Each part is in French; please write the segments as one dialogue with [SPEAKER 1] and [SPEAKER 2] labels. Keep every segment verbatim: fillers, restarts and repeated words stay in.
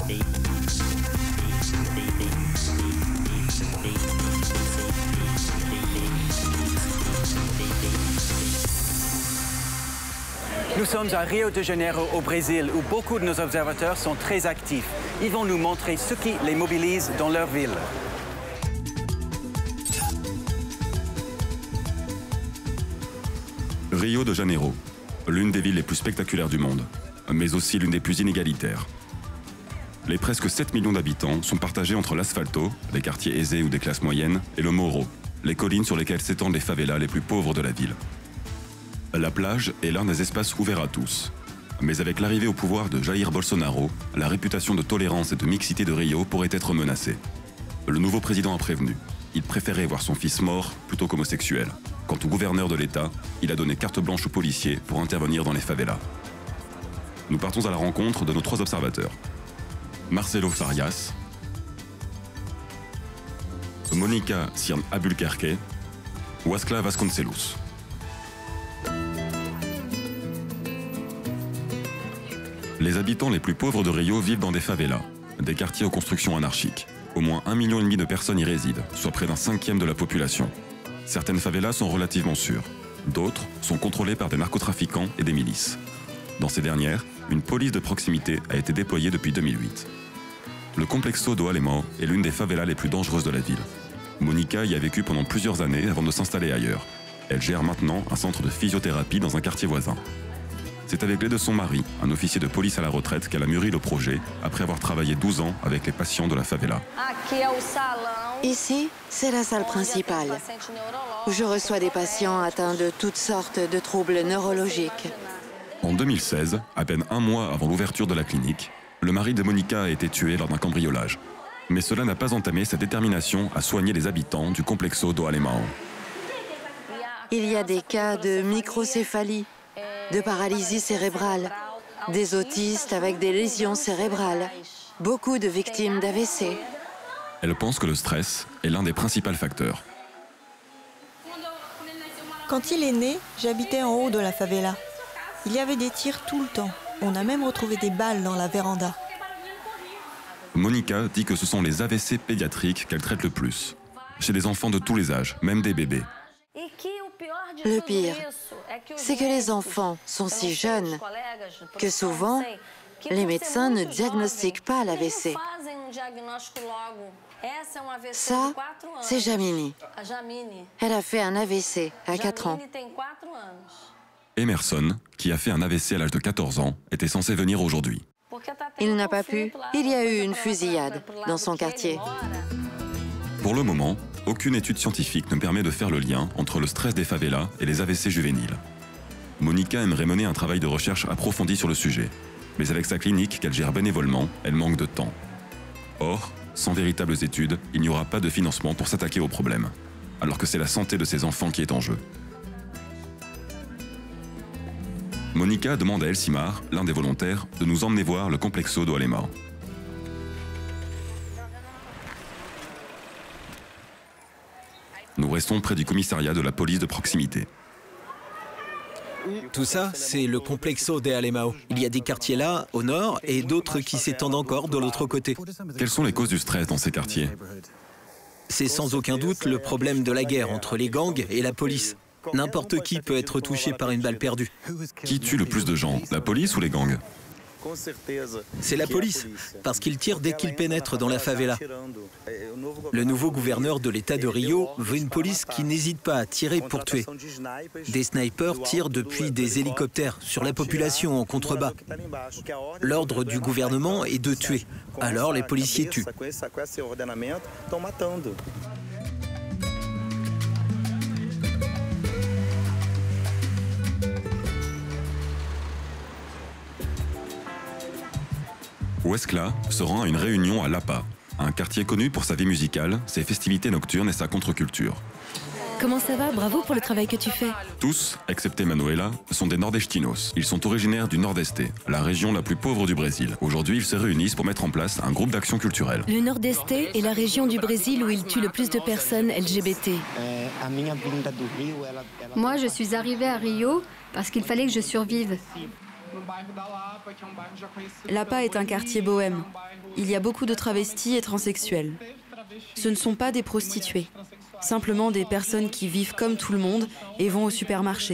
[SPEAKER 1] Nous sommes à Rio de Janeiro, au Brésil, où beaucoup de nos observateurs sont très actifs. Ils vont nous montrer ce qui les mobilise dans leur ville.
[SPEAKER 2] Rio de Janeiro, l'une des villes les plus spectaculaires du monde, mais aussi l'une des plus inégalitaires. Les presque sept millions d'habitants sont partagés entre l'Asfalto, les quartiers aisés ou des classes moyennes, et le Morro, les collines sur lesquelles s'étendent les favelas les plus pauvres de la ville. La plage est l'un des espaces ouverts à tous. Mais avec l'arrivée au pouvoir de Jair Bolsonaro, la réputation de tolérance et de mixité de Rio pourrait être menacée. Le nouveau président a prévenu. Il préférait voir son fils mort plutôt qu'homosexuel. Quant au gouverneur de l'État, il a donné carte blanche aux policiers pour intervenir dans les favelas. Nous partons à la rencontre de nos trois observateurs. Marcelo Farias, Monica Cirne Albuquerque, Waskla Vasconcelos. Les habitants les plus pauvres de Rio vivent dans des favelas, des quartiers aux constructions anarchiques. Au moins un million et demi de personnes y résident, soit près d'un cinquième de la population. Certaines favelas sont relativement sûres. D'autres sont contrôlées par des narcotrafiquants et des milices. Dans ces dernières, une police de proximité a été déployée depuis deux mille huit. Le Complexo do Alemão est l'une des favelas les plus dangereuses de la ville. Monica y a vécu pendant plusieurs années avant de s'installer ailleurs. Elle gère maintenant un centre de physiothérapie dans un quartier voisin. C'est avec l'aide de son mari, un officier de police à la retraite, qu'elle a mûri le projet après avoir travaillé douze ans avec les patients de la favela.
[SPEAKER 3] Ici, c'est la salle principale, où je reçois des patients atteints de toutes sortes de troubles neurologiques.
[SPEAKER 2] En deux mille seize, à peine un mois avant l'ouverture de la clinique, le mari de Monica a été tué lors d'un cambriolage. Mais cela n'a pas entamé sa détermination à soigner les habitants du Complexo do Alemão.
[SPEAKER 3] Il y a des cas de microcéphalie, de paralysie cérébrale, des autistes avec des lésions cérébrales, beaucoup de victimes d'A V C.
[SPEAKER 2] Elle pense que le stress est l'un des principaux facteurs.
[SPEAKER 4] Quand il est né, j'habitais en haut de la favela. Il y avait des tirs tout le temps. On a même retrouvé des balles dans la véranda.
[SPEAKER 2] Monica dit que ce sont les A V C pédiatriques qu'elle traite le plus. Chez des enfants de tous les âges, même des bébés.
[SPEAKER 3] Le pire, c'est que les enfants sont si jeunes que souvent, les médecins ne diagnostiquent pas l'A V C. Ça, c'est Jamini. Elle a fait un A V C à quatre ans.
[SPEAKER 2] Emerson, qui a fait un A V C à l'âge de quatorze ans, était censé venir aujourd'hui.
[SPEAKER 3] Il n'a pas pu. Il y a eu une fusillade dans son quartier.
[SPEAKER 2] Pour le moment, aucune étude scientifique ne permet de faire le lien entre le stress des favelas et les A V C juvéniles. Monica aimerait mener un travail de recherche approfondi sur le sujet, mais avec sa clinique qu'elle gère bénévolement, elle manque de temps. Or, sans véritables études, il n'y aura pas de financement pour s'attaquer au problème, alors que c'est la santé de ses enfants qui est en jeu. Monica demande à Elsimar, l'un des volontaires, de nous emmener voir le Complexo do Alemão. Nous restons près du commissariat de la police de proximité.
[SPEAKER 5] Tout ça, c'est le Complexo de Alemão. Il y a des quartiers là, au nord, et d'autres qui s'étendent encore de l'autre côté.
[SPEAKER 2] Quelles sont les causes du stress dans ces quartiers?
[SPEAKER 5] C'est sans aucun doute le problème de la guerre entre les gangs et la police. N'importe qui peut être touché par une balle perdue.
[SPEAKER 2] Qui tue le plus de gens, la police ou les gangs?
[SPEAKER 5] C'est la police, parce qu'ils tirent dès qu'ils pénètrent dans la favela. Le nouveau gouverneur de l'État de Rio veut une police qui n'hésite pas à tirer pour tuer. Des snipers tirent depuis des hélicoptères sur la population en contrebas. L'ordre du gouvernement est de tuer, alors les policiers tuent.
[SPEAKER 2] Waskla se rend à une réunion à Lapa, un quartier connu pour sa vie musicale, ses festivités nocturnes et sa contre-culture.
[SPEAKER 6] Comment ça va? Bravo pour le travail que tu fais.
[SPEAKER 2] Tous, excepté Manuela, sont des nordestinos. Ils sont originaires du Nordeste, la région la plus pauvre du Brésil. Aujourd'hui, ils se réunissent pour mettre en place un groupe d'action culturelle.
[SPEAKER 6] Le Nordeste est la région du Brésil où il tue le plus de personnes L G B T.
[SPEAKER 7] Moi, je suis arrivée à Rio parce qu'il fallait que je survive.
[SPEAKER 8] Lapa est un quartier bohème. il y a beaucoup de travestis et transsexuels. Ce ne sont pas des prostituées, simplement des personnes qui vivent comme tout le monde et vont au supermarché.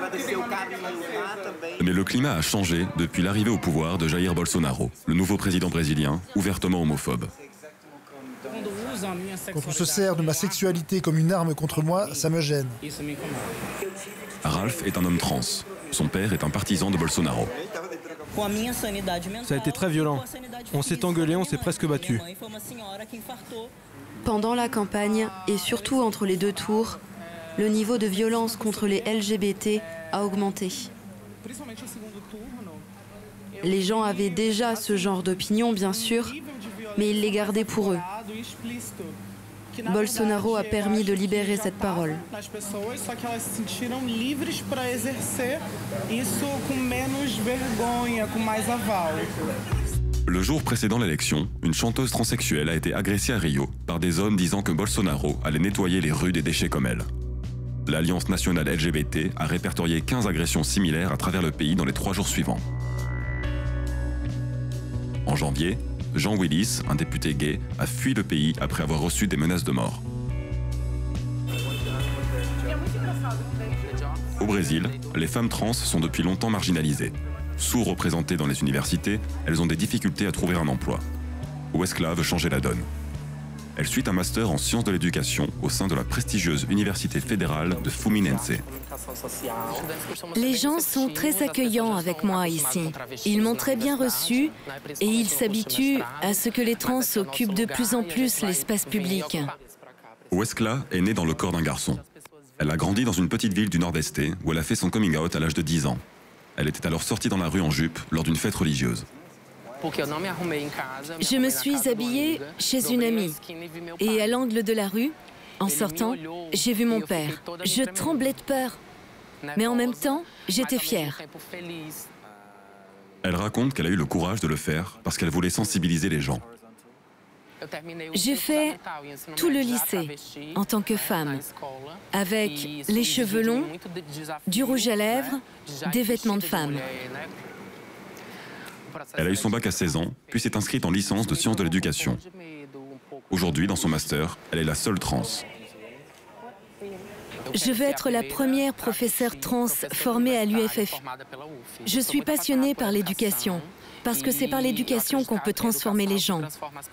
[SPEAKER 2] Mais le climat a changé depuis l'arrivée au pouvoir de Jair Bolsonaro, le nouveau président brésilien, ouvertement homophobe.
[SPEAKER 9] Quand on se sert de ma sexualité comme une arme contre moi, ça me gêne.
[SPEAKER 2] Ralph est un homme trans. Son père est un partisan de Bolsonaro.
[SPEAKER 10] Ça a été très violent. On s'est engueulé, on s'est presque battu.
[SPEAKER 8] Pendant la campagne, et surtout entre les deux tours, le niveau de violence contre les L G B T a augmenté. Les gens avaient déjà ce genre d'opinion, bien sûr, mais ils les gardaient pour eux. Bolsonaro a permis de libérer cette parole.
[SPEAKER 2] Le jour précédant l'élection, une chanteuse transsexuelle a été agressée à Rio par des hommes disant que Bolsonaro allait nettoyer les rues des déchets comme elle. L'Alliance nationale L G B T a répertorié quinze agressions similaires à travers le pays dans les trois jours suivants. En janvier, Jean Willis, un député gay, a fui le pays après avoir reçu des menaces de mort. Au Brésil, les femmes trans sont depuis longtemps marginalisées. Sous-représentées dans les universités, elles ont des difficultés à trouver un emploi. Wescla veut changer la donne. Elle suit un master en sciences de l'éducation au sein de la prestigieuse université fédérale de Fluminense.
[SPEAKER 6] Les gens sont très accueillants avec moi ici. Ils m'ont très bien reçu et ils s'habituent à ce que les trans occupent de plus en plus l'espace public.
[SPEAKER 2] Wescla est née dans le corps d'un garçon. Elle a grandi dans une petite ville du Nord-Est où elle a fait son coming out à l'âge de dix ans. Elle était alors sortie dans la rue en jupe lors d'une fête religieuse.
[SPEAKER 6] Je me suis habillée chez une amie et à l'angle de la rue, en sortant, j'ai vu mon père. Je tremblais de peur, mais en même temps, j'étais fière.
[SPEAKER 2] Elle raconte qu'elle a eu le courage de le faire parce qu'elle voulait sensibiliser les gens.
[SPEAKER 6] J'ai fait tout le lycée en tant que femme, avec les cheveux longs, du rouge à lèvres, des vêtements de femme.
[SPEAKER 2] Elle a eu son bac à seize ans, puis s'est inscrite en licence de sciences de l'éducation. Aujourd'hui, dans son master, elle est la seule trans.
[SPEAKER 6] Je veux être la première professeure trans formée à l'U F F. Je suis passionnée par l'éducation, parce que c'est par l'éducation qu'on peut transformer les gens.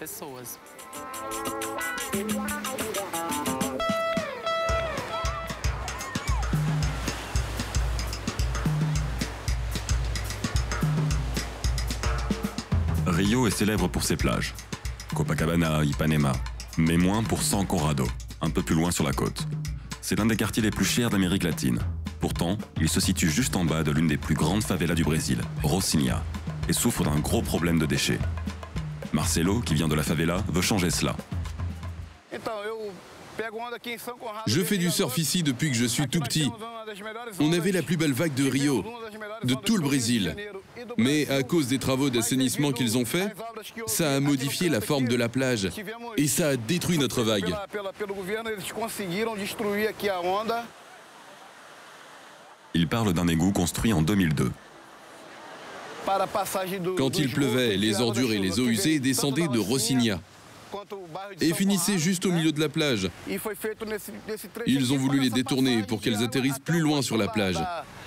[SPEAKER 2] Rio est célèbre pour ses plages, Copacabana, Ipanema, mais moins pour San Conrado, un peu plus loin sur la côte. C'est l'un des quartiers les plus chers d'Amérique latine. Pourtant, il se situe juste en bas de l'une des plus grandes favelas du Brésil, Rocinha, et souffre d'un gros problème de déchets. Marcelo, qui vient de la favela, veut changer cela.
[SPEAKER 11] Je fais du surf ici depuis que je suis tout petit. On avait la plus belle vague de Rio, de tout le Brésil. Mais à cause des travaux d'assainissement qu'ils ont faits, ça a modifié la forme de la plage et ça a détruit notre vague.
[SPEAKER 2] Il parle d'un égout construit en deux mille deux.
[SPEAKER 11] Quand il pleuvait, les ordures et les eaux usées descendaient de Rocinha et finissaient juste au milieu de la plage. Ils ont voulu les détourner pour qu'elles atterrissent plus loin sur la plage.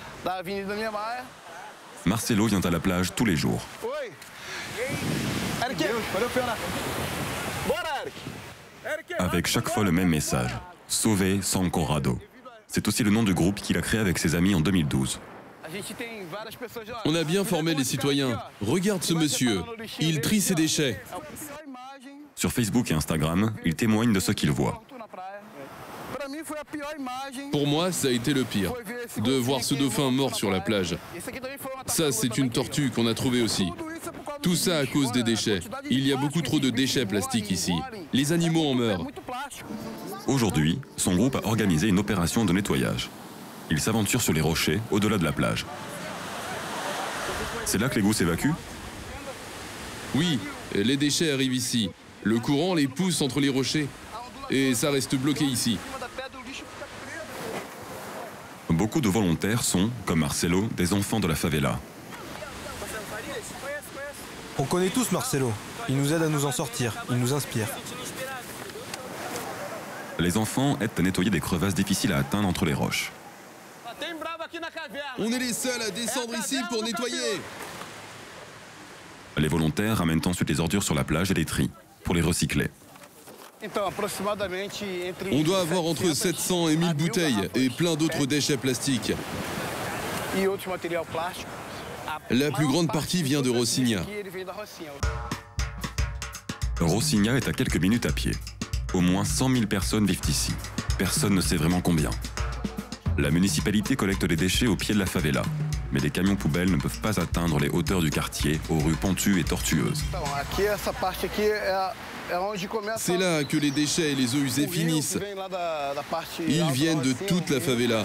[SPEAKER 2] Marcelo vient à la plage tous les jours. Avec chaque fois le même message, sauver San Conrado. C'est aussi le nom du groupe qu'il a créé avec ses amis en deux mille douze.
[SPEAKER 11] On a bien formé les citoyens. Regarde ce monsieur, il trie ses déchets.
[SPEAKER 2] Sur Facebook et Instagram, il témoigne de ce qu'il voit.
[SPEAKER 11] Pour moi, ça a été le pire, de voir ce dauphin mort sur la plage. Ça, c'est une tortue qu'on a trouvée aussi. Tout ça à cause des déchets. Il y a beaucoup trop de déchets plastiques ici. Les animaux en meurent.
[SPEAKER 2] Aujourd'hui, son groupe a organisé une opération de nettoyage. Il s'aventure sur les rochers au-delà de la plage. C'est là que l'égout s'évacue ?
[SPEAKER 11] Oui, les déchets arrivent ici. Le courant les pousse entre les rochers. Et ça reste bloqué ici.
[SPEAKER 2] Beaucoup de volontaires sont, comme Marcelo, des enfants de la favela.
[SPEAKER 10] On connaît tous Marcelo. Ils nous aident à nous en sortir, ils nous inspirent.
[SPEAKER 2] Les enfants aident à nettoyer des crevasses difficiles à atteindre entre les roches.
[SPEAKER 11] On est les seuls à descendre ici pour nettoyer.
[SPEAKER 2] Les volontaires ramènent ensuite les ordures sur la plage et les trient pour les recycler.
[SPEAKER 11] On doit avoir entre sept cents et mille bouteilles et plein d'autres déchets plastiques. La plus grande partie vient de Rocinha.
[SPEAKER 2] Rocinha est à quelques minutes à pied. Au moins cent mille personnes vivent ici. Personne ne sait vraiment combien. La municipalité collecte les déchets au pied de la favela. Mais les camions poubelles ne peuvent pas atteindre les hauteurs du quartier, aux rues pentues et tortueuses.
[SPEAKER 11] C'est là que les déchets et les eaux usées finissent. Ils viennent de toute la favela.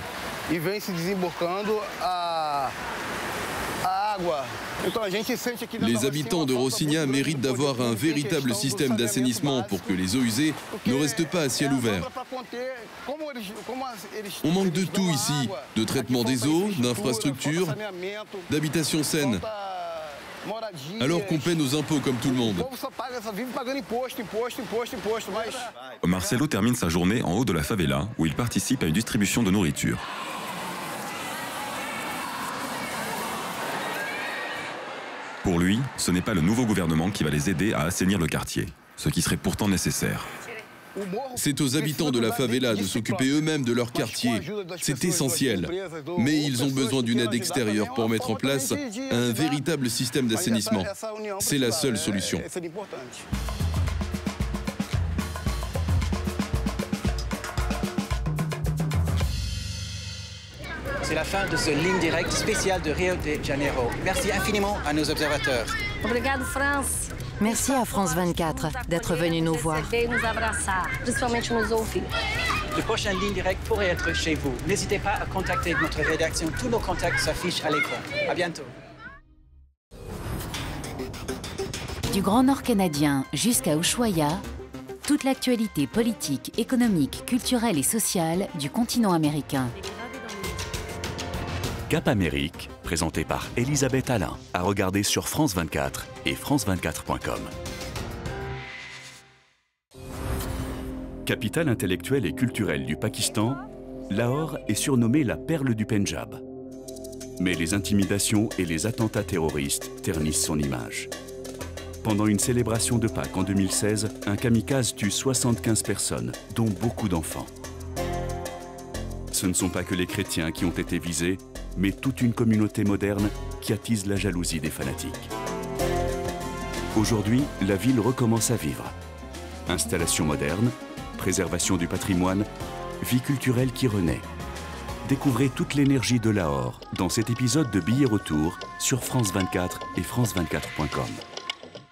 [SPEAKER 11] Les habitants de Rocinha méritent d'avoir un véritable système d'assainissement pour que les eaux usées ne restent pas à ciel ouvert. On manque de tout ici, de traitement des eaux, d'infrastructures, d'habitations saines. Alors qu'on paie nos impôts comme tout le monde.
[SPEAKER 2] Marcelo termine sa journée en haut de la favela où il participe à une distribution de nourriture. Pour lui, ce n'est pas le nouveau gouvernement qui va les aider à assainir le quartier, ce qui serait pourtant nécessaire.
[SPEAKER 11] C'est aux habitants de la favela de s'occuper eux-mêmes de leur quartier. C'est essentiel. Mais ils ont besoin d'une aide extérieure pour mettre en place un véritable système d'assainissement. C'est la seule solution.
[SPEAKER 1] C'est la fin de ce ligne directe spéciale de Rio de Janeiro. Merci infiniment à nos observateurs.
[SPEAKER 7] Obrigado, France.
[SPEAKER 3] Merci à France vingt-quatre d'être venu nous voir.
[SPEAKER 1] Le prochain ligne direct pourrait être chez vous. N'hésitez pas à contacter notre rédaction. Tous nos contacts s'affichent à l'écran. À bientôt.
[SPEAKER 12] Du Grand Nord canadien jusqu'à Ushuaia, toute l'actualité politique, économique, culturelle et sociale du continent américain.
[SPEAKER 13] Cap Amérique, présenté par Elisabeth Alain, à regarder sur France vingt-quatre et France vingt-quatre point com. Capitale intellectuelle et culturelle du Pakistan, Lahore est surnommée la perle du Pendjab. Mais les intimidations et les attentats terroristes ternissent son image. Pendant une célébration de Pâques en deux mille seize, un kamikaze tue soixante-quinze personnes, dont beaucoup d'enfants. Ce ne sont pas que les chrétiens qui ont été visés, mais toute une communauté moderne qui attise la jalousie des fanatiques. Aujourd'hui, la ville recommence à vivre. Installation moderne, préservation du patrimoine, vie culturelle qui renaît. Découvrez toute l'énergie de Lahore dans cet épisode de Billets Retour sur France vingt-quatre et France vingt-quatre point com.